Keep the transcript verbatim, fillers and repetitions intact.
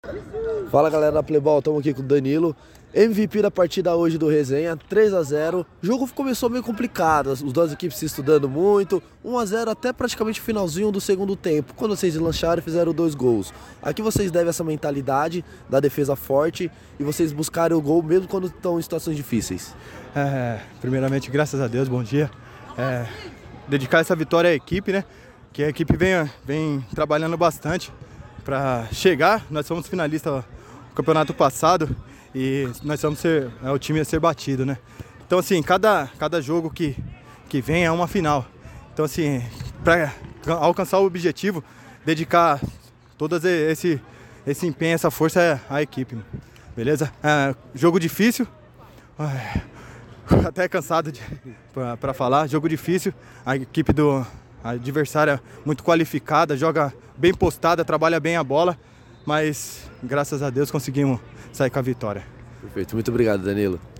Fala galera da Playball, estamos aqui com o Danilo, M V P da partida hoje do Resenha, três a zero. O jogo começou meio complicado, as duas equipes se estudando muito, um a zero até praticamente o finalzinho do segundo tempo, quando vocês lancharam e fizeram dois gols. Aqui vocês devem essa mentalidade da defesa forte e vocês buscarem o gol mesmo quando estão em situações difíceis. É, primeiramente, graças a Deus, bom dia. É, dedicar essa vitória à equipe, né? Que a equipe vem, vem trabalhando bastante para chegar. Nós fomos finalistas do campeonato passado e nós somos ser, é, o time a ser batido, né? Então, assim, cada, cada jogo que, que vem é uma final. Então, assim, para alcançar o objetivo, dedicar todo esse, esse empenho, essa força à equipe, beleza? É, jogo difícil, até cansado para falar, jogo difícil, a equipe do a adversária muito qualificada, joga bem postada, trabalha bem a bola, mas graças a Deus conseguimos sair com a vitória. Perfeito, muito obrigado, Danilo.